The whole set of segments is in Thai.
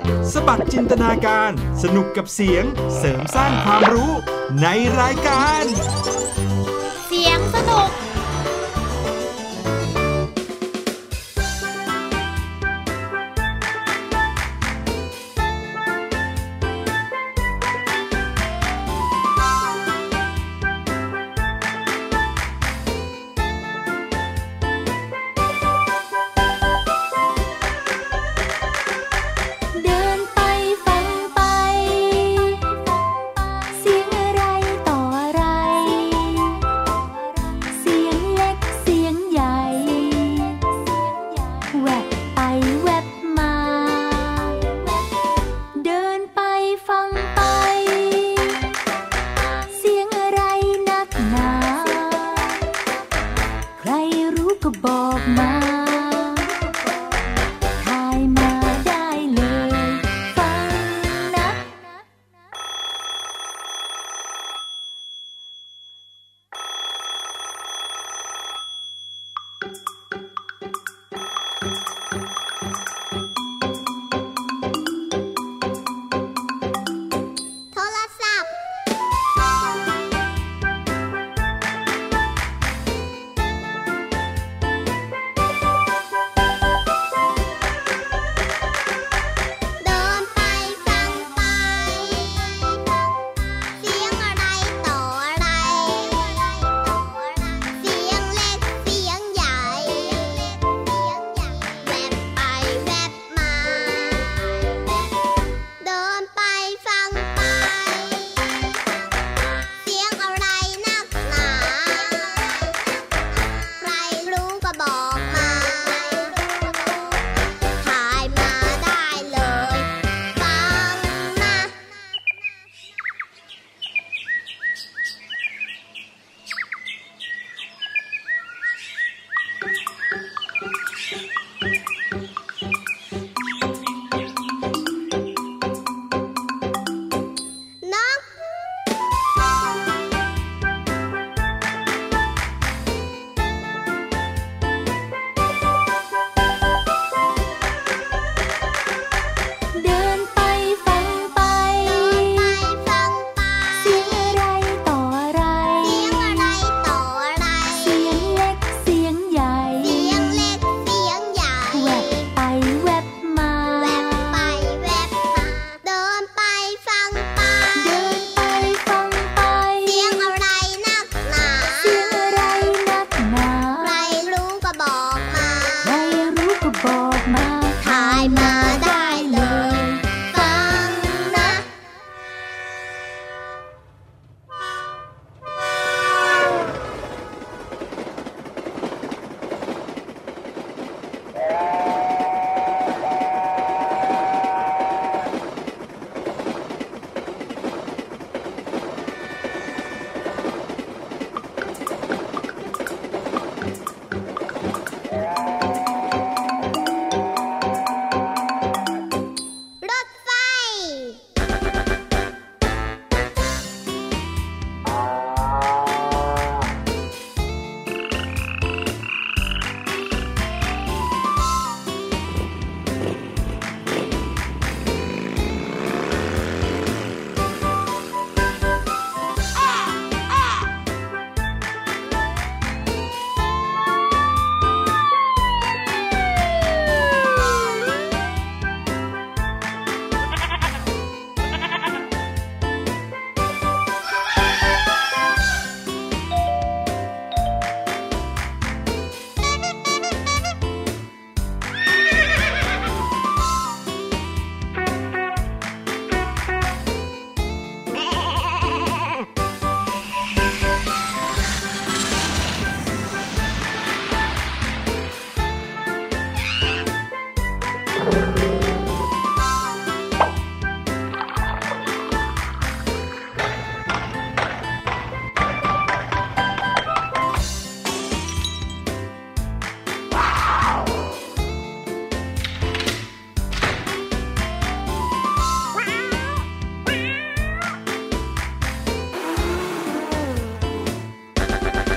สบัดจินตนาการสนุกกับเสียงเสริมสร้างความรู้ในรายการเสียงสนุก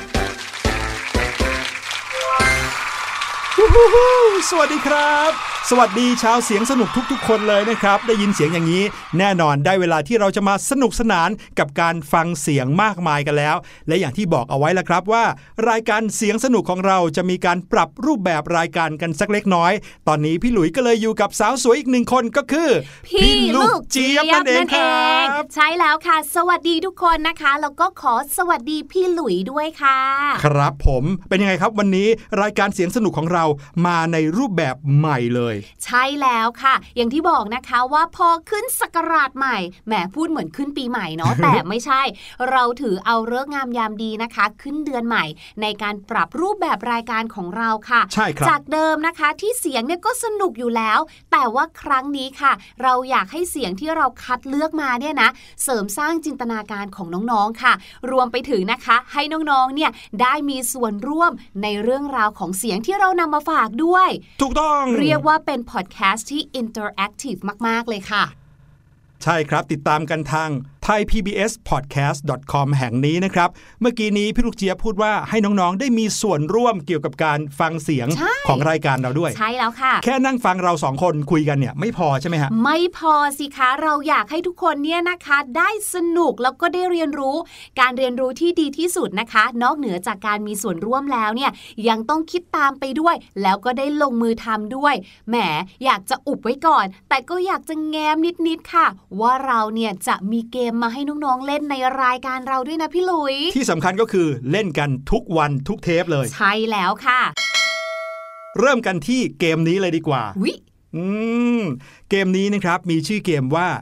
สวัสดีครับสสวัสดีชาวเสียงสนุกทุกๆคนเลยนะครับได้ยินเสียงอย่างนี้แน่นอนได้เวลาที่เราจะมาสนุกสนานกับการฟังเสียงมากมายกันแล้วและอย่างที่บอกเอาไว้แล้วครับว่ารายการเสียงสนุกของเราจะมีการปรับรูปแบบรายการกันสักเล็กน้อยตอนนี้พี่หลุยก็เลยอยู่กับสาวสวยอีกหนึ่งคนก็คือพี่ลูกเจี๊ยบนั่นเองครับใช่แล้วค่ะสวัสดีทุกคนนะคะแล้วก็ขอสวัสดีพี่หลุยด้วยค่ะครับผมเป็นยังไงครับวันนี้รายการเสียงสนุกของเรามาในรูปแบบใหม่เลยใช่แล้วค่ะอย่างที่บอกนะคะว่าพอขึ้นศักราชใหม่แหมพูดเหมือนขึ้นปีใหม่เนาะ แต่ไม่ใช่เราถือเอาฤกษ์งามยามดีนะคะขึ้นเดือนใหม่ในการปรับรูปแบบรายการของเราค่ะใช่ครับจากเดิมนะคะที่เสียงเนี่ยก็สนุกอยู่แล้วแต่ว่าครั้งนี้ค่ะเราอยากให้เสียงที่เราคัดเลือกมาเนี่ยนะเสริมสร้างจินตนาการของน้องๆค่ะรวมไปถึงนะคะให้น้องๆเนี่ยได้มีส่วนร่วมในเรื่องราวของเสียงที่เรานำมาฝากด้วยถูกต้องเรียกว่าเป็นพอดแคสต์ที่อินเตอร์แอคทีฟมากๆเลยค่ะใช่ครับติดตามกันทาง thaipbspodcast.com แห่งนี้นะครับเมื่อกี้นี้พี่ลูกเจี๊ยบพูดว่าให้น้องๆได้มีส่วนร่วมเกี่ยวกับการฟังเสียงของรายการเราด้วยใช่แล้วค่ะแค่นั่งฟังเราสองคนคุยกันเนี่ยไม่พอใช่ไหมฮะไม่พอสิคะเราอยากให้ทุกคนเนี่ยนะคะได้สนุกแล้วก็ได้เรียนรู้การเรียนรู้ที่ดีที่สุดนะคะนอกเหนือจากการมีส่วนร่วมแล้วเนี่ยยังต้องคิดตามไปด้วยแล้วก็ได้ลงมือทำด้วยแหมอยากจะอุบไว้ก่อนแต่ก็อยากจะแง้มนิดๆค่ะว่าเราเนี่ยจะมีเกมมาให้น้องๆเล่นในรายการเราด้วยนะพี่ลุยที่สำคัญก็คือเล่นกันทุกวันทุกเทปเลยใช่แล้วค่ะเริ่มกันที่เกมนี้เลยดีกว่าเกมนี้นะครับมีชื่อเกมว่า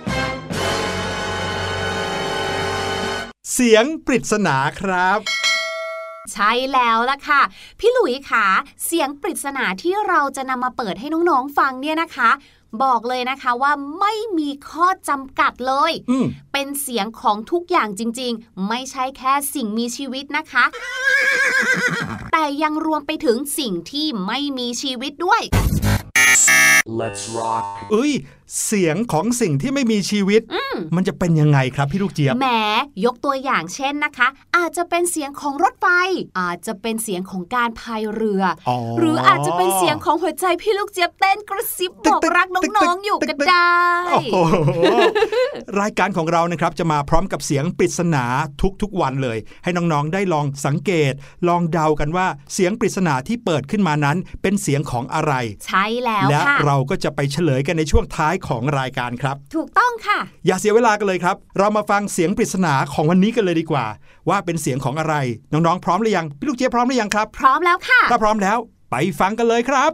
เสียงปริศนาครับใช่แล้วล่ะค่ะพี่หลุยค่ะเสียงปริศนาที่เราจะนำมาเปิดให้น้องๆฟังเนี่ยนะคะบอกเลยนะคะว่าไม่มีข้อจำกัดเลยเป็นเสียงของทุกอย่างจริงๆไม่ใช่แค่สิ่งมีชีวิตนะคะ แต่ยังรวมไปถึงสิ่งที่ไม่มีชีวิตด้วย Let's rock เสียงของสิ่งที่ไม่มีชีวิตมันจะเป็นยังไงครับพี่ลูกเจี๊ยบแหมยกตัวอย่างเช่นนะคะอาจจะเป็นเสียงของรถไฟอาจจะเป็นเสียงของการพายเรือหรืออาจจะเป็นเสียงของหัวใจพี่ลูกเจี๊ยบเต้นกระซิบบอกรักน้องๆอยู่ก็ได้รายการของเรานะครับจะมาพร้อมกับเสียงปริศนาทุกๆวันเลยให้น้องๆได้ลองสังเกตลองเดากันว่าเสียงปริศนาที่เปิดขึ้นมานั้นเป็นเสียงของอะไรใช่แล้วและเราก็จะไปเฉลยกันในช่วงท้ายของรายการครับถูกต้องค่ะอย่าเสียเวลากันเลยครับเรามาฟังเสียงปริศนาของวันนี้กันเลยดีกว่าว่าเป็นเสียงของอะไรน้องๆพร้อมหรือยังพี่ลูกเจี๊ยบพร้อมหรือยังครับพร้อมแล้วค่ะถ้าพร้อมแล้วไปฟังกันเลยครับ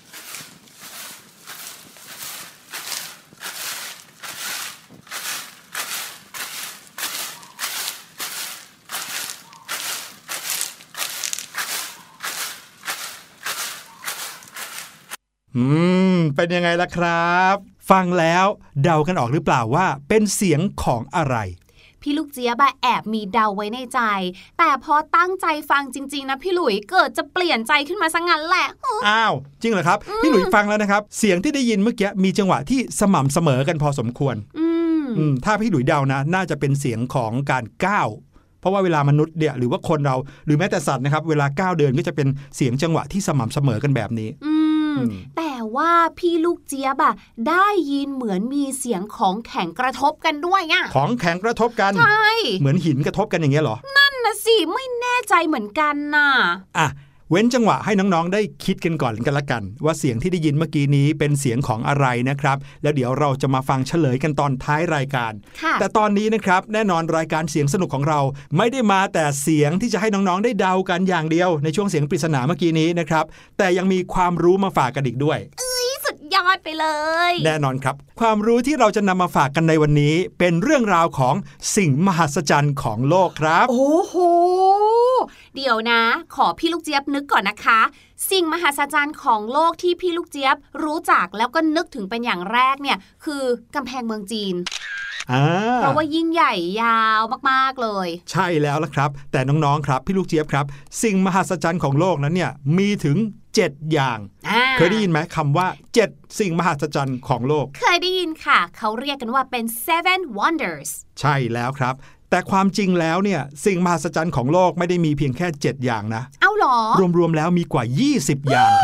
เป็นยังไงล่ะครับฟังแล้วเดากันออกหรือเปล่าว่าเป็นเสียงของอะไรพี่ลูกเจี๊ยบแอบมีเดาไว้ในใจแต่พอตั้งใจฟังจริงๆนะพี่หลุยเกิดจะเปลี่ยนใจขึ้นมาซะงั้นแหละอ้าวจริงเหรอครับพี่หลุยฟังแล้วนะครับเสียงที่ได้ยินเมื่อกี้มีจังหวะที่สม่ำเสมอกันพอสมควรถ้าพี่หลุยเดานะน่าจะเป็นเสียงของการก้าวเพราะว่าเวลามนุษย์เนี่ยหรือว่าคนเราหรือแม้แต่สัตว์นะครับเวลาก้าวเดินก็จะเป็นเสียงจังหวะที่สม่ำเสมอกันแบบนี้แต่ว่าพี่ลูกเจี๊ยบได้ยินเหมือนมีเสียงของแข็งกระทบกันด้วยของแข็งกระทบกันใช่เหมือนหินกระทบกันอย่างเงี้ยเหรอนั่นนะสิไม่แน่ใจเหมือนกันน่ะเว้นจังหวะให้น้องๆได้คิดกันก่อนกันละกันว่าเสียงที่ได้ยินเมื่อกี้นี้เป็นเสียงของอะไรนะครับแล้วเดี๋ยวเราจะมาฟังเฉลยกันตอนท้ายรายการแต่ตอนนี้นะครับแน่นอนรายการเสียงสนุกของเราไม่ได้มาแต่เสียงที่จะให้น้องๆได้เดากันอย่างเดียวในช่วงเสียงปริศนาเมื่อกี้นี้นะครับแต่ยังมีความรู้มาฝากกันอีกด้วยสุดยอดไปเลยแน่นอนครับความรู้ที่เราจะนำมาฝากกันในวันนี้เป็นเรื่องราวของสิ่งมหัศจรรย์ของโลกครับโอ้โหเดี๋ยวนะขอพี่ลูกเจี๊ยบนึกก่อนนะคะสิ่งมหัศจรรย์ของโลกที่พี่ลูกเจี๊ยบรู้จักแล้วก็นึกถึงเป็นอย่างแรกเนี่ยคือกำแพงเมืองจีนเพราะว่ายิ่งใหญ่ยาวมากๆเลยใช่แล้วล่ะครับแต่น้องๆครับพี่ลูกเจี๊ยบครับสิ่งมหัศจรรย์ของโลกนั้นเนี่ยมีถึง7อย่างเคยได้ยินไหมคำว่า7สิ่งมหัศจรรย์ของโลกเคยได้ยินค่ะเขาเรียกกันว่าเป็น Seven Wonders ใช่แล้วครับแต่ความจริงแล้วเนี่ยสิ่งมหัศจรรย์ของโลกไม่ได้มีเพียงแค่7อย่างนะเอ้าหรอรวมๆแล้วมีกว่า20อย่างครับ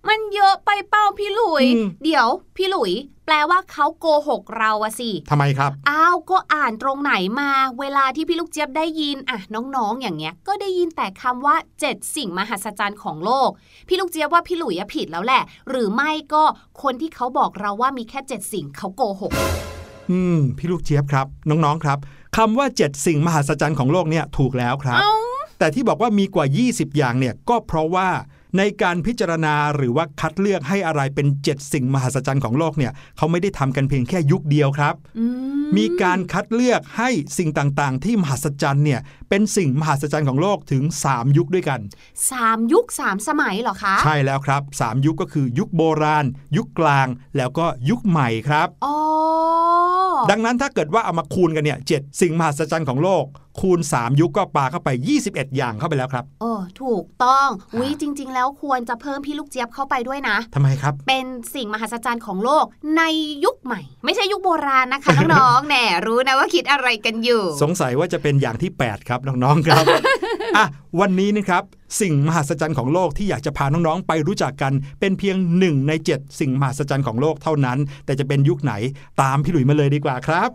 มันเยอะไปเป้าพี่หลุยเดี๋ยวพี่หลุยแปลว่าเขาโกหกเราอะสิทำไมครับอ้าวก็อ่านตรงไหนมาเวลาที่พี่ลูกเจี๊ยบได้ยินอะน้องๆอย่างเงี้ยก็ได้ยินแต่คำว่า7สิ่งมหัศจรรย์ของโลกพี่ลูกเจี๊ยบว่าพี่หลุยผิดแล้วแหละหรือไม่ก็คนที่เขาบอกเราว่ามีแค่7สิ่งเขาโกหกพี่ลูกเจี๊ยบครับน้องๆครับคำว่า7สิ่งมหัศจรรย์ของโลกเนี่ยถูกแล้วครับแต่ที่บอกว่ามีกว่า20อย่างเนี่ยก็เพราะว่าในการพิจารณาหรือว่าคัดเลือกให้อะไรเป็น7สิ่งมหัศจรรย์ของโลกเนี่ยเขาไม่ได้ทำกันเพียงแค่ยุคเดียวครับมีการคัดเลือกให้สิ่งต่างๆที่มหัศจรรย์เนี่ยเป็นสิ่งมหัศจรรย์ของโลกถึง3ยุคด้วยกัน 3ยุค3สมัยเหรอคะใช่แล้วครับ3ยุคก็คือยุคโบราณยุคกลางแล้วก็ยุคใหม่ครับดังนั้นถ้าเกิดว่าเอามาคูณกันเนี่ย7สิ่งมหัศจรรย์ของโลกคูณ3ยุคก็ปาเข้าไป21อย่างเข้าไปแล้วครับถูกต้องจริงๆแล้วควรจะเพิ่มพี่ลูกเจี๊ยบเข้าไปด้วยนะทำไมครับเป็นสิ่งมหัศจรรย์ของโลกในยุคใหม่ไม่ใช่ยุคโบราณนะคะ น้องๆ แน่รู้นะว่าคิดอะไรกันอยู่สงสัยว่าจะเป็นอย่างที่8ครับน้องๆครับ วันนี้นะครับสิ่งมหัศจรรย์ของโลกที่อยากจะพาน้องๆไปรู้จักกันเป็นเพียง1ใน7สิ่งมหัศจรรย์ของโลกเท่านั้นแต่จะเป็นยุคไหนตามพี่หลุยมาเลยดีกว่าครับ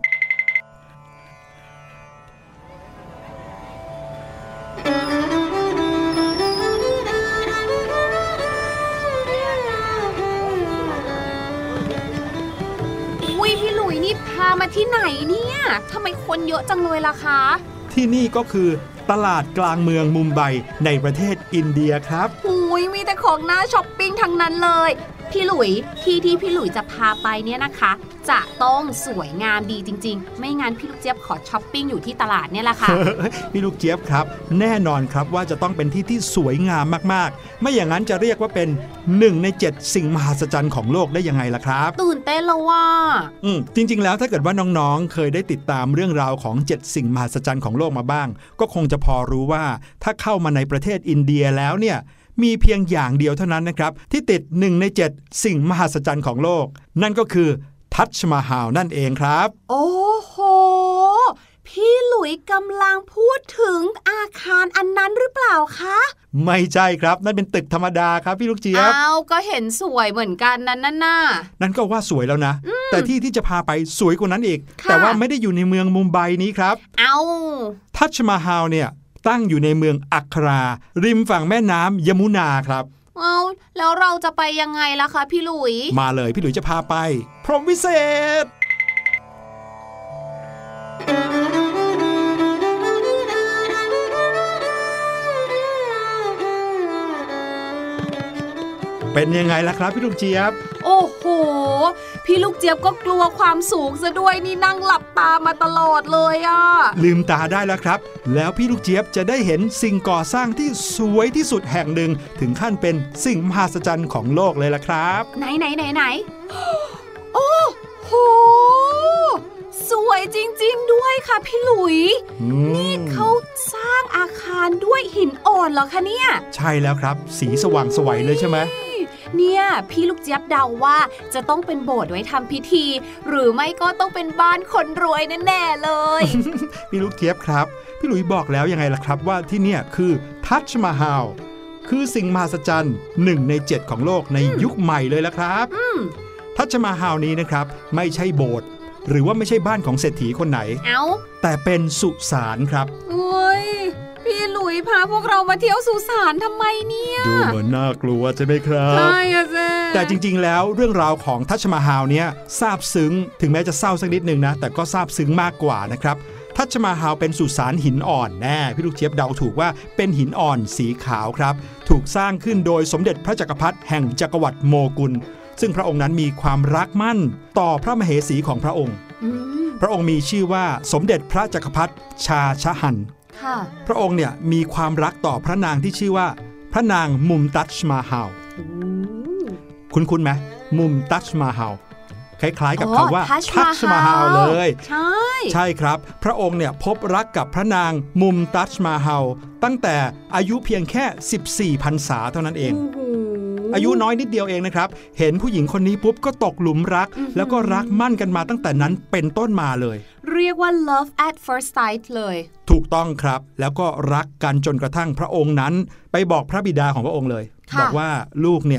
พามาที่ไหนเนี่ยทำไมคนเยอะจังเลยล่ะคะที่นี่ก็คือตลาดกลางเมืองมุมไบในประเทศอินเดียครับมีแต่ของน่าช้อปปิ้งทั้งนั้นเลยพี่หลุยที่พี่หลุยจะพาไปเนี่ยนะคะจะต้องสวยงามดีจริงๆไม่งั้นพี่ลูกเจี๊ยบขอช้อปปิ้งอยู่ที่ตลาดเนี่ยแหละค่ะพี่ลูกเจี๊ยบครับแน่นอนครับว่าจะต้องเป็นที่ที่สวยงามมากๆไม่อย่างนั้นจะเรียกว่าเป็น1ใน7สิ่งมหัศจรรย์ของโลกได้ยังไงล่ะครับตื่นเต้นแล้วว่าจริงๆแล้วถ้าเกิดว่าน้องๆเคยได้ติดตามเรื่องราวของ7สิ่งมหัศจรรย์ของโลกมาบ้างก็คงจะพอรู้ว่าถ้าเข้ามาในประเทศอินเดียแล้วเนี่ยมีเพียงอย่างเดียวเท่านั้นนะครับที่ติด1ใน7สิ่งมหัศจรรย์ของโลกนั่นก็คือทัชมาฮาลนั่นเองครับโอ้โหพี่หลุยกำลังพูดถึงอาคารอันนั้นหรือเปล่าคะไม่ใช่ครับนั่นเป็นตึกธรรมดาครับพี่ลูกเจี๊ยบก็เห็นสวยเหมือนกันนั่นก็ว่าสวยแล้วนะแต่ที่จะพาไปสวยกว่านั้นอีกแต่ว่าไม่ได้อยู่ในเมืองมุมไบนี้ครับทัชมาฮาลเนี่ยตั้งอยู่ในเมืองอัคราริมฝั่งแม่น้ำยมุนาครับแล้วเราจะไปยังไงล่ะคะพี่หลุยมาเลยพี่หลุยจะพาไปพรหมวิเศษเป็นยังไงล่ะครับพี่ลูกเจี๊ยบโอ้โหพี่ลูกเจี๊ยบก็กลัวความสูงซะด้วยนี่นั่งหลับตามาตลอดเลยลืมตาได้แล้วครับแล้วพี่ลูกเจี๊ยบจะได้เห็นสิ่งก่อสร้างที่สวยที่สุดแห่งหนึ่งถึงขั้นเป็นสิ่งมหัศจรรย์ของโลกเลยล่ะครับไหนโอ้โหสวยจริงๆด้วยค่ะพี่หลุยนี่เขาสร้างอาคารด้วยหินอ่อนเหรอคะเนี่ยใช่แล้วครับสีสว่างไสวเลยใช่ไหมเนี่ยพี่ลูกเจี๊ยบเดาว่าจะต้องเป็นโบสถ์ไว้ทำพิธีหรือไม่ก็ต้องเป็นบ้านคนรวยแน่ๆเลยพี่ลูกเจี๊ยบครับพี่หลุยบอกแล้วยังไงล่ะครับว่าที่เนี่ยคือทัชมาฮาลคือสิ่งมหัศจรรย์1ใน7ของโลกในยุคใหม่เลยล่ะครับทัชมาฮาลนี้นะครับไม่ใช่โบสถ์หรือว่าไม่ใช่บ้านของเศรษฐีคนไหนแต่เป็นสุสานครับโอ้ยพี่หลุยพาพวกเรามาเที่ยวสุสานทำไมเนี่ยดูเหมือนน่ากลัวใช่ไหมครับใช่สิแต่จริงๆแล้วเรื่องราวของทัชมาฮาลเนี่ยซาบซึ้งถึงแม้จะเศร้าสักนิดนึงนะแต่ก็ซาบซึ้งมากกว่านะครับทัชมาฮาลเป็นสุสานหินอ่อนแน่พี่ลูกเจี๊ยบเดาถูกว่าเป็นหินอ่อนสีขาวครับถูกสร้างขึ้นโดยสมเด็จพระจักรพรรดิแห่งจักรวรรดิโมกุลซึ่งพระองค์นั้นมีความรักมั่นต่อพระมเหสีของพระองค์พระองค์มีชื่อว่าสมเด็จพระจักรพรรดิชาชะฮันพระองค์เนี่ยมีความรักต่อพระนางที่ชื่อว่าพระนางมุมตัชมาฮาลคุ้นๆไหมมุมตัชมาฮาลคล้ายๆกับคำว่าทัชมาฮาลเลยใช่ครับพระองค์เนี่ยพบรักกับพระนางมุมตัชมาฮาลตั้งแต่อายุเพียงแค่14พรรษาเท่านั้นเองอายุน้อยนิดเดียวเองนะครับเห็นผู้หญิงคนนี้ปุ๊บก็ตกหลุมรักแล้วก็รักมั่นกันมาตั้งแต่นั้นเป็นต้นมาเลยเรียกว่า love at first sight เลยถูกต้องครับแล้วก็รักกันจนกระทั่งพระองค์นั้นไปบอกพระบิดาของพระองค์เลยบอกว่าลูกเนี่ย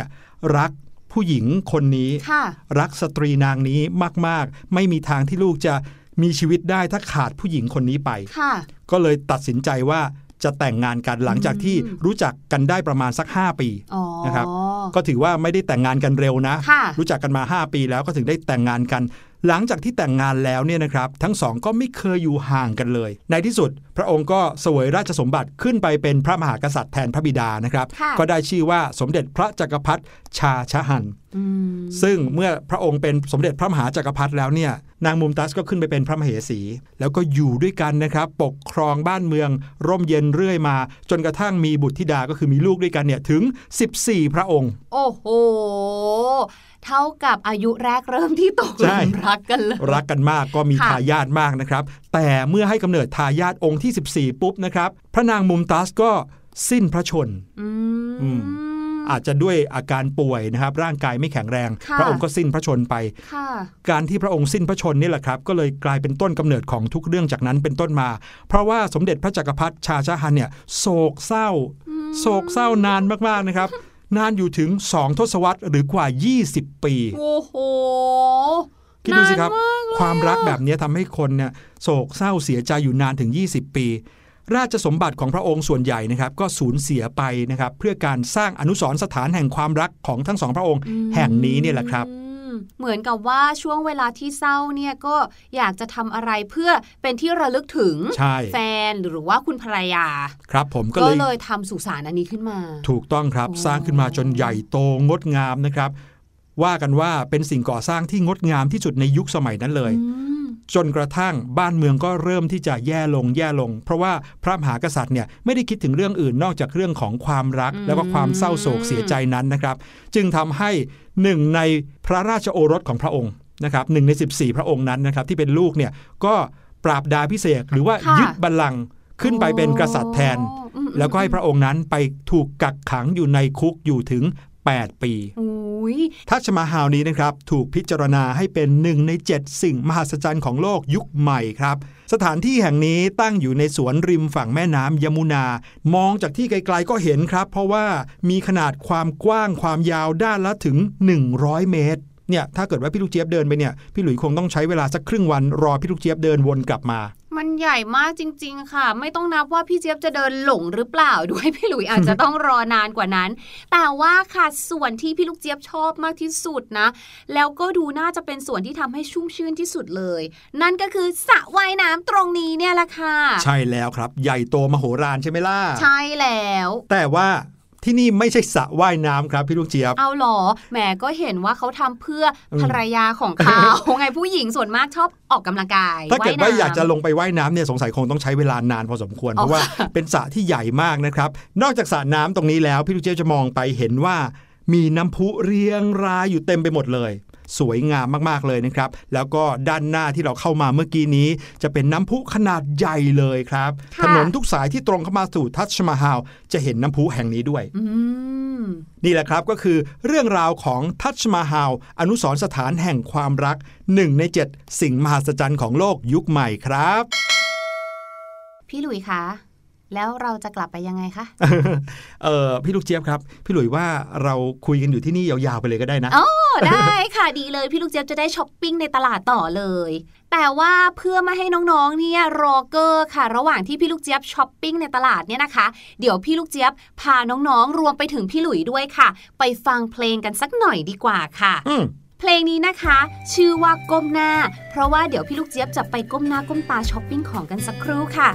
รักผู้หญิงคนนี้รักสตรีนางนี้มากๆไม่มีทางที่ลูกจะมีชีวิตได้ถ้าขาดผู้หญิงคนนี้ไปก็เลยตัดสินใจว่าจะแต่งงานกันหลังจากที่รู้จักกันได้ประมาณสัก5ปีนะครับก็ถือว่าไม่ได้แต่งงานกันเร็วนะรู้จักกันมา5ปีแล้วก็ถึงได้แต่งงานกันหลังจากที่แต่งงานแล้วเนี่ยนะครับทั้งสองก็ไม่เคยอยู่ห่างกันเลยในที่สุดพระองค์ก็เสวยราชสมบัติขึ้นไปเป็นพระมหากษัตริย์แทนพระบิดานะครับก็ได้ชื่อว่าสมเด็จพระจักรพรรดิชาชะฮันซึ่งเมื่อพระองค์เป็นสมเด็จพระมหาจักรพรรดิแล้วเนี่ยนางมุมตัสก็ขึ้นไปเป็นพระมเหสีแล้วก็อยู่ด้วยกันนะครับปกครองบ้านเมืองร่มเย็นเรื่อยมาจนกระทั่งมีบุตรธิดาก็คือมีลูกด้วยกันเนี่ยถึง14พระองค์โอ้โหเท่ากับอายุแรกเริ่มที่ตกหลุมรักกันเลยรักกันมากก็มีทายาทมากนะครับแต่เมื่อให้กำเนิดทายาทองค์ที่14ปุ๊บนะครับพระนางมุมตัสก็สิ้นพระชนอาจจะด้วยอาการป่วยนะครับร่างกายไม่แข็งแรงพระองค์ก็สิ้นพระชนไปการที่พระองค์สิ้นพระชนนี่แหละครับก็เลยกลายเป็นต้นกำเนิดของทุกเรื่องจากนั้นเป็นต้นมาเพราะว่าสมเด็จพระจักรพรรดิชาชะฮันเนี่ยโศกเศร้านานมากๆนะครับนานอยู่ถึง2ทศวรรษหรือกว่า20ปีโอ้โหคิดดูสิครับความรักแบบนี้ทำให้คนเนี่ยโศกเศร้าเสียใจอยู่นานถึง20ปีราชสมบัติของพระองค์ส่วนใหญ่นะครับก็สูญเสียไปนะครับเพื่อการสร้างอนุสรณ์สถานแห่งความรักของทั้งสองพระองค์แห่งนี้เนี่ยแหละครับเหมือนกับว่าช่วงเวลาที่เศร้าเนี่ยก็อยากจะทำอะไรเพื่อเป็นที่ระลึกถึงแฟนหรือว่าคุณภรรยาครับผมก็เลยทำสุสานอันนี้ขึ้นมาถูกต้องครับสร้างขึ้นมาจนใหญ่โตงดงามนะครับว่ากันว่าเป็นสิ่งก่อสร้างที่งดงามที่สุดในยุคสมัยนั้นเลยจนกระทั่งบ้านเมืองก็เริ่มที่จะแย่ลงเพราะว่าพระมหากษัตริย์เนี่ยไม่ได้คิดถึงเรื่องอื่นนอกจากเรื่องของความรักแล้วก็ความเศร้าโศกเสียใจนั้นนะครับจึงทำให้1ในพระราชโอรสของพระองค์นะครับ1ใน14พระองค์นั้นนะครับที่เป็นลูกเนี่ยก็ปราบดาพิเศษหรือว่ายึดบัลลังก์ขึ้นไปเป็นกษัตริย์แทนแล้วก็ให้พระองค์นั้นไปถูกกักขังอยู่ในคุกอยู่ถึง8ปีทัชมาฮาลนี้นะครับถูกพิจารณาให้เป็น1ใน7สิ่งมหัศจรรย์ของโลกยุคใหม่ครับสถานที่แห่งนี้ตั้งอยู่ในสวนริมฝั่งแม่น้ำยมุนามองจากที่ไกลๆก็เห็นครับเพราะว่ามีขนาดความกว้างความยาวด้านละถึง100เมตรเนี่ยถ้าเกิดว่าพี่ลูกเจี๊ยบเดินไปเนี่ยพี่หลุยคงต้องใช้เวลาสักครึ่งวันรอพี่ลูกเจี๊ยบเดินวนกลับมามันใหญ่มากจริงๆค่ะไม่ต้องนับว่าพี่เจี๊ยบจะเดินหลงหรือเปล่าด้วยพี่หลุยอาจจะต้องรอนานกว่านั้นแต่ว่าค่ะส่วนที่พี่ลูกเจี๊ยบชอบมากที่สุดนะแล้วก็ดูน่าจะเป็นส่วนที่ทำให้ชุ่มชื่นที่สุดเลยนั่นก็คือสระว่ายน้ำตรงนี้เนี่ยแหละค่ะใช่แล้วครับใหญ่โตมโหฬารใช่ไหมล่ะใช่แล้วแต่ว่าที่นี่ไม่ใช่สระว่ายน้ำครับพี่ลูกเจี๊ยบเอาหรอแหมก็เห็นว่าเขาทำเพื่อภรรยาของเขา ไงผู้หญิงส่วนมากชอบออกกำลังกายถ้าเกิดว่าอยากจะลงไปว่ายน้ำเนี่ยสงสัยคงต้องใช้เวลานานพอสมควรเพราะว่าเป็นสระที่ใหญ่มากนะครับนอกจากสระน้ำตรงนี้แล้วพี่ลูกเจี๊ยบจะมองไปเห็นว่ามีน้ำพุเรียงรายอยู่เต็มไปหมดเลยสวยงามมากๆเลยนะครับแล้วก็ด้านหน้าที่เราเข้ามาเมื่อกี้นี้จะเป็นน้ำพุขนาดใหญ่เลยครับถนนทุกสายที่ตรงเข้ามาสู่ทัชมาฮาลจะเห็นน้ำพุแห่งนี้ด้วยนี่แหละครับก็คือเรื่องราวของทัชมาฮาลอนุสรณ์สถานแห่งความรัก1ใน7สิ่งมหัศจรรย์ของโลกยุคใหม่ครับพี่หลุยคะแล้วเราจะกลับไปยังไงคะพี่ลูกเจี๊ยบครับพี่หลุยว่าเราคุยกันอยู่ที่นี่ยาวๆไปเลยก็ได้นะอ๋อได้ค่ะดีเลยพี่ลูกเจี๊ยบจะได้ช้อปปิ้งในตลาดต่อเลยแต่ว่าเพื่อไม่ให้น้องๆเนี่ยรอเกอร์ค่ะระหว่างที่พี่ลูกเจี๊ยบช้อปปิ้งในตลาดเนี่ยนะคะเดี๋ยวพี่ลูกเจี๊ยบพาน้องๆรวมไปถึงพี่หลุยด้วยค่ะไปฟังเพลงกันสักหน่อยดีกว่าค่ะเพลงนี้นะคะชื่อว่าก้มหน้าเพราะว่าเดี๋ยวพี่ลูกเจี๊ยบจะไปก้มหน้าก้มตาช้อปปิ้งของกันสักครู่ค่ะ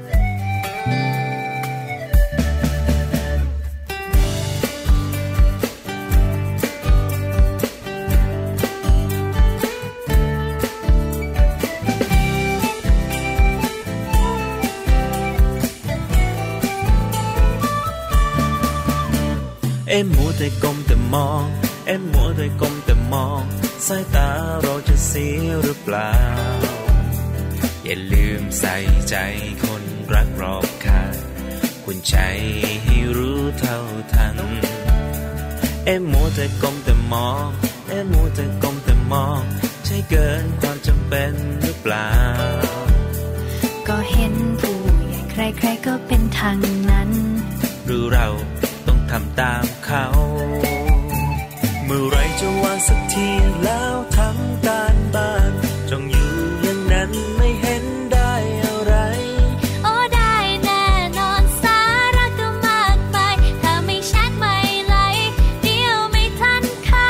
มัวแต่ก้มแต่มองมัวแต่ก้มแต่มองสายตาเราจะเสียหรือเปล่าอย่าลืมใส่ใจคนรักรอบข้างคุณใจให้รู้เท่าทันมัวแต่ก้มแต่มองมัวแต่ก้มแต่มองใช่เกินความจำเป็นหรือเปล่าก็เห็นผู้ใหญ่ใครๆก็เป็นทางนั้นหรือเราทำตามเขามื่อไรจะวางสักทีแล้วทำการบ้านจ้องอยู่อย่างนั้นไม่เห็นได้อะไรโอ้ได้แน่นอนสาระก็มากมายถ้าไม่ชัดไม่ไหลเดี๋ยวไม่ทันเขา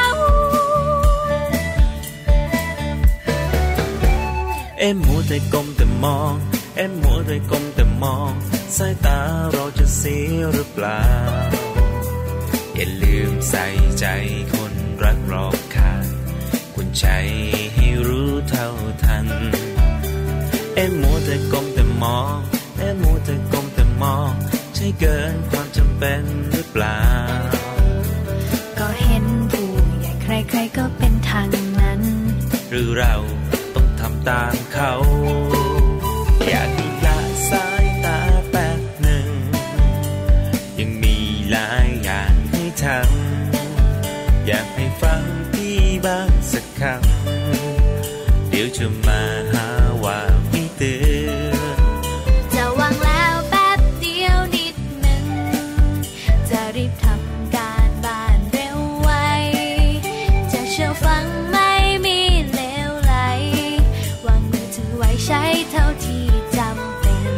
มัวแต่ก้มแต่มองมัวแต่ก้มแต่มองสายตาเราจะเสียหรือเปล่าอย่าลืมใส่ใจคนรักรอบข้างคุณใจให้รู้เท่าทันมัวแต่ก้มแต่มองมัวแต่ก้มแต่มองใช่เกินความจำเป็นหรือเปล่าก็เห็นผู้ใหญ่ใครๆก็เป็นทางนั้นหรือเราต้องทำตามเขาอยากให้ละสายตาแป๊บหนึ่งยังมีหลายอย่างให้ทำอยากให้ฟังพี่บ้างสักคำเดี๋ยวจะมาหาว่าไม่เตือนจะวางแล้วแป๊บเดียวนิดหนึ่งจะรีบทำการบ้านเร็วไวจะเชื่อฟังไม่มีเลวไหลวางมือถือไว้ใช้เท่าที่จำเป็น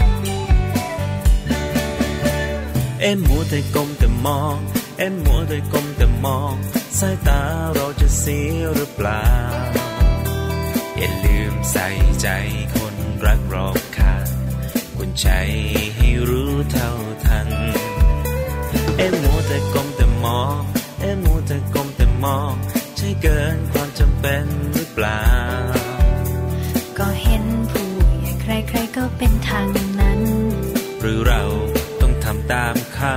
มัวแต่ก้มแต่มองมัวแต่ก้มแต่มองสายตาเราจะเสียหรือเปล่าอย่าลืมใส่ใจคนรักรอบข้างคุณใจให้รู้เท่าทันมัวแต่ก้มแต่มองมัวแต่ก้มแต่มองใช่เกินความจำเป็นหรือเปล่าก็เห็นผู้ใหญ่ใครๆก็เป็นทางนั้นหรือเราต้องทำตามเขา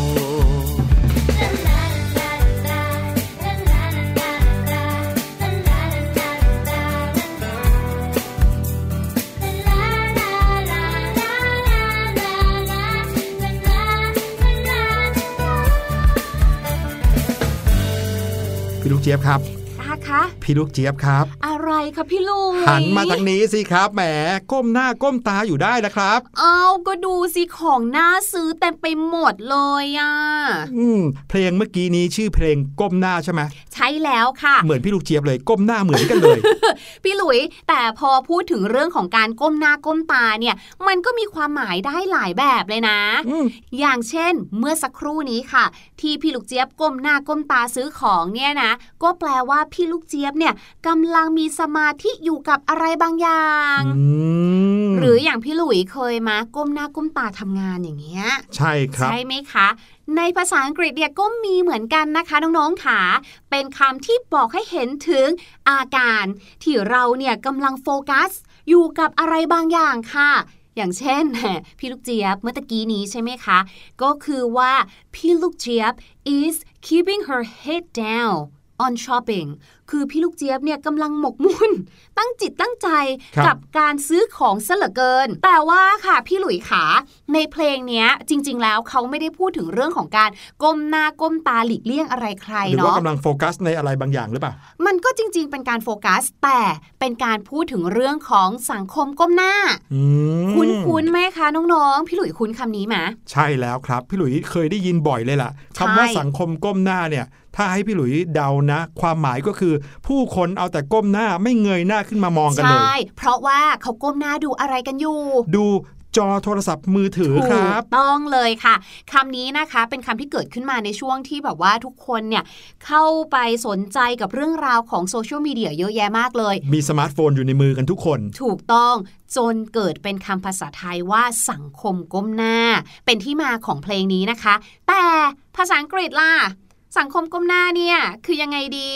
พี่ลูกเจี๊ยบครับคะพี่ลูกเจี๊ยบครับอะไรคะพี่ลุงหันมาทางนี้สิครับแหมก้มหน้าก้มตาอยู่ได้นะครับเอาก็ดูสิของน่าซื้อเต็มไปหมดเลยอ่ะเพลงเมื่อกี้นี้ชื่อเพลงก้มหน้าใช่ไหมใช่แล้วค่ะเหมือนพี่ลูกเจี๊ยบเลยก้มหน้าเหมือนกันเลยพี่หลุยแต่พอพูดถึงเรื่องของการก้มหน้าก้มตาเนี่ยมันก็มีความหมายได้หลายแบบเลยนะอย่างเช่นเมื่อสักครู่นี้ค่ะที่พี่ลูกเจี๊ยบก้มหน้าก้มตาซื้อของเนี่ยนะก็แปลว่าพี่ลูกเจี๊ยบเนี่ยกำลังมีสมาธิอยู่กับอะไรบางอย่างหรืออย่างพี่หลุยเคยมาก้มหน้าก้มตาทำงานอย่างเงี้ยใช่ครับใช่ไหมคะในภาษาอังกฤษเนี่ยก็มีเหมือนกันนะคะน้องๆค่ะเป็นคำที่บอกให้เห็นถึงอาการที่เราเนี่ยกำลังโฟกัสอยู่กับอะไรบางอย่างค่ะอย่างเช่นพี่ลูกเจี๊ยบเมื่อตะกี้นี้ใช่ไหมคะก็คือว่าพี่ลูกเจี๊ยบ is keeping her head down on shopping คือพี่ลูกเจี๊ยบเนี่ยกำลังหมกมุ่นตั้งจิตตั้งใจกับการซื้อของซะเหลือเกินแต่ว่าค่ะพี่หลุยขาในเพลงเนี้ยจริงๆแล้วเขาไม่ได้พูดถึงเรื่องของการก้มหน้าก้มตาหลีกเลี่ยงอะไรใครเนาะหรือว่ากำลังโฟกัสในอะไรบางอย่างหรือเปล่ามันก็จริงๆเป็นการโฟกัสแต่เป็นการพูดถึงเรื่องของสังคมก้มหน้าคุ้นไหมคะน้องๆพี่หลุยคุ้นคำนี้ไหมใช่แล้วครับพี่หลุยเคยได้ยินบ่อยเลยล่ะคำว่าสังคมก้มหน้าเนี่ยถ้าให้พี่หลุยเดานะความหมายก็คือผู้คนเอาแต่ก้มหน้าไม่เงยหน้าขึ้นมามองกันเลยใช่เพราะว่าเขาก้มหน้าดูอะไรกันอยู่ดูจอโทรศัพท์มือถือครับต้องเลยค่ะคำนี้นะคะเป็นคำที่เกิดขึ้นมาในช่วงที่แบบว่าทุกคนเนี่ยเข้าไปสนใจกับเรื่องราวของโซเชียลมีเดียเยอะแยะมากเลยมีสมาร์ทโฟนอยู่ในมือกันทุกคนถูกต้องจนเกิดเป็นคำภาษาไทยว่าสังคมก้มหน้าเป็นที่มาของเพลงนี้นะคะแต่ภาษาอังกฤษล่ะสังคมก้มหน้าเนี่ยคือยังไงดี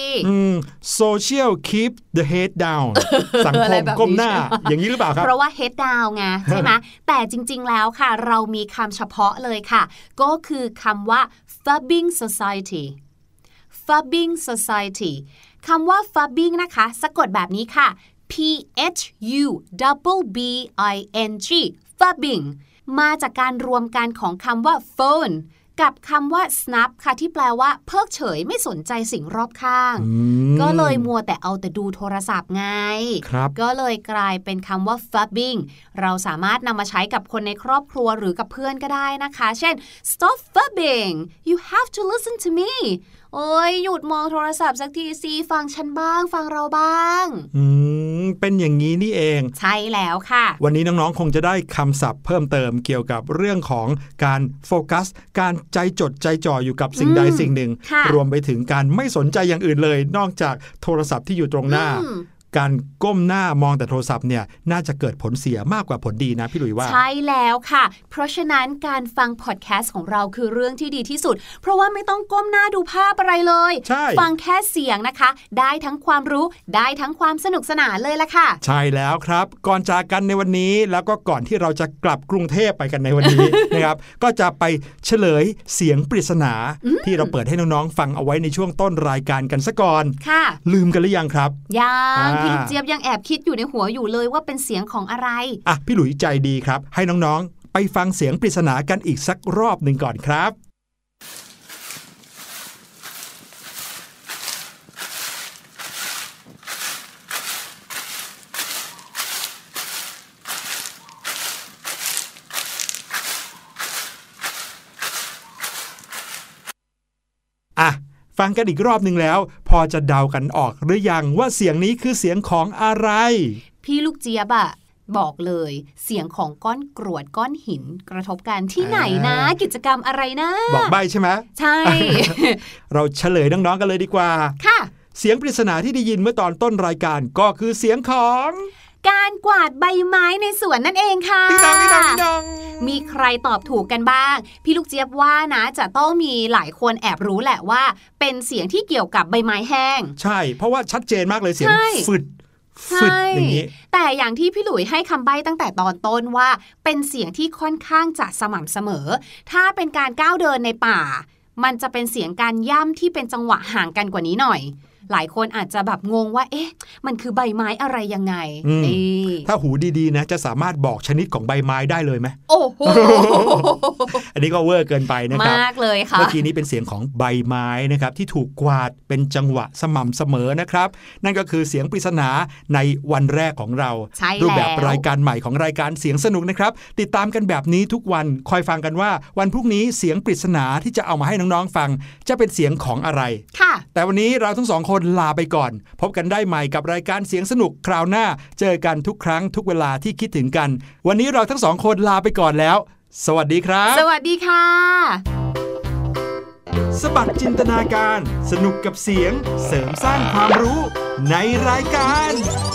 social keep the head down สังคมก้มหน้าอย่างนี้หรือเปล่าครับเพราะว่า head down ไงใช่ไหมแต่จริงๆแล้วค่ะเรามีคำเฉพาะเลยค่ะก็คือคำว่า fubbing society fubbing society คำว่า fubbing นะคะสะกดแบบนี้ค่ะ PHUBBING fubbing มาจากการรวมกันของคำว่า phoneกับคำว่า snap ค่ะที่แปลว่าเพิกเฉยไม่สนใจสิ่งรอบข้างก็เลยมัวแต่เอาแต่ดูโทรศัพท์ไงก็เลยกลายเป็นคำว่า fubbing เราสามารถนำมาใช้กับคนในครอบครัวหรือกับเพื่อนก็ได้นะคะเช่น stop fubbing you have to listen to me โอ้ยหยุดมองโทรศัพท์สักทีสิฟังฉันบ้างฟังเราบ้างเป็นอย่างนี้นี่เองใช่แล้วค่ะวันนี้น้องๆคงจะได้คำศัพท์เพิ่มเติมเกี่ยวกับเรื่องของการโฟกัสการใจจดใจจ่ออยู่กับสิ่งใดสิ่งหนึ่งรวมไปถึงการไม่สนใจอย่างอื่นเลยนอกจากโทรศัพท์ที่อยู่ตรงหน้าการก้มหน้ามองแต่โทรศัพท์เนี่ยน่าจะเกิดผลเสียมากกว่าผลดีนะพี่หลุยว่าใช่แล้วค่ะเพราะฉะนั้นการฟังพอดแคสต์ของเราคือเรื่องที่ดีที่สุดเพราะว่าไม่ต้องก้มหน้าดูภาพอะไรเลยฟังแค่เสียงนะคะได้ทั้งความรู้ได้ทั้งความสนุกสนานเลยล่ะค่ะใช่แล้วครับก่อนจากกันในวันนี้แล้วก็ก่อนที่เราจะกลับกรุงเทพไปกันในวันนี้ นะครับก็จะไปเฉลยเสียงปริศนาที่เราเปิดให้น้องๆฟังเอาไว้ในช่วงต้นรายการกันซะก่อนค่ะลืมกันหรือยังครับยังพี่ลูกเจี๊ยบยังแอบคิดอยู่ในหัวอยู่เลยว่าเป็นเสียงของอะไรพี่หลุยใจดีครับให้น้องๆไปฟังเสียงปริศนากันอีกสักรอบหนึ่งก่อนครับฟังกันอีกรอบนึงแล้วพอจะเดากันออกหรือยังว่าเสียงนี้คือเสียงของอะไรพี่ลูกเจี๊ยบบอกเลยเสียงของก้อนกรวดก้อนหินกระทบกันที่ไหนนะกิจกรรมอะไรนะบอกใบ้ใช่ไหมใช่เราเฉลยน้องๆกันเลยดีกว่าค่ะเสียงปริศนาที่ได้ยินเมื่อตอนต้นรายการก็คือเสียงของการกวาดใบไม้ในสวนนั่นเองค่ะมีใครตอบถูกกันบ้างพี่ลูกเจี๊ยบว่านะจะต้องมีหลายคนแอบรู้แหละว่าเป็นเสียงที่เกี่ยวกับใบไม้แห้งใช่เพราะว่าชัดเจนมากเลยเสียงฟึดอย่างนี้แต่อย่างที่พี่หลุยให้คำใบ้ตั้งแต่ตอนต้นว่าเป็นเสียงที่ค่อนข้างจะสม่ำเสมอถ้าเป็นการก้าวเดินในป่ามันจะเป็นเสียงการย่ำที่เป็นจังหวะห่างกันกว่านี้หน่อยหลายคนอาจจะแบบงงว่าเอ๊ะมันคือใบไม้อะไรยังไงถ้าหูดีๆนะจะสามารถบอกชนิดของใบไม้ได้เลยไหมโอ้โหอันนี้ก็เวอร์เกินไปนะครับมากเลยค่ะเมื่อกี้นี้เป็นเสียงของใบไม้นะครับที่ถูกกวาดเป็นจังหวะสม่ำเสมอนะครับนั่นก็คือเสียงปริศนาในวันแรกของเรารูปแบบรายการใหม่ของรายการเสียงสนุกนะครับติดตามกันแบบนี้ทุกวันคอยฟังกันว่าวันพรุ่งนี้เสียงปริศนาที่จะเอามาให้น้องๆฟังจะเป็นเสียงของอะไรค่ะแต่วันนี้เราทั้งสองคนลาไปก่อนพบกันได้ใหม่กับรายการเสียงสนุกคราวหน้าเจอกันทุกครั้งทุกเวลาที่คิดถึงกันวันนี้เราทั้งสองคนลาไปก่อนแล้วสวัสดีครับสวัสดีค่ะสบัดจินตนาการสนุกกับเสียงเสริมสร้างความรู้ในรายการ